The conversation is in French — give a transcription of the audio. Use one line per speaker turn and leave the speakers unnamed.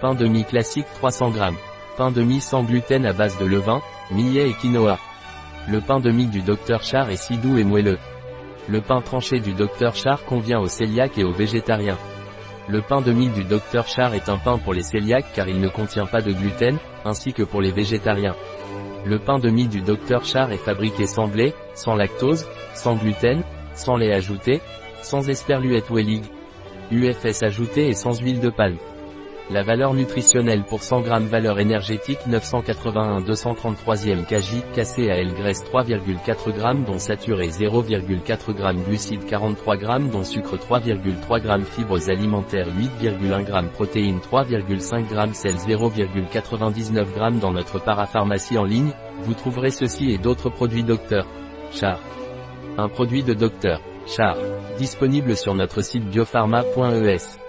Pain de mie classique 300 g. Pain de mie sans gluten à base de levain, millet et quinoa. Le pain de mie du Dr Char est si doux et moelleux. Le pain tranché du Dr Char convient aux cœliaques et aux végétariens. Le pain de mie du Dr Char est un pain pour les cœliaques car il ne contient pas de gluten, ainsi que pour les végétariens. Le pain de mie du Dr Char est fabriqué sans blé, sans lactose, sans gluten, sans lait ajouté, sans esperluette ou élig, UFS ajouté et sans huile de palme. La valeur nutritionnelle pour 100 g. Valeur énergétique 981 233e kJ, KCAL graisse 3,4 g dont saturé 0,4 g, glucides 43 g dont sucre 3,3 g, fibres alimentaires 8,1 g, protéines 3,5 g, sel 0,99 g. Dans notre parapharmacie en ligne, vous trouverez ceci et d'autres produits Dr Char. Un produit de Dr Char, disponible sur notre site biopharma.es.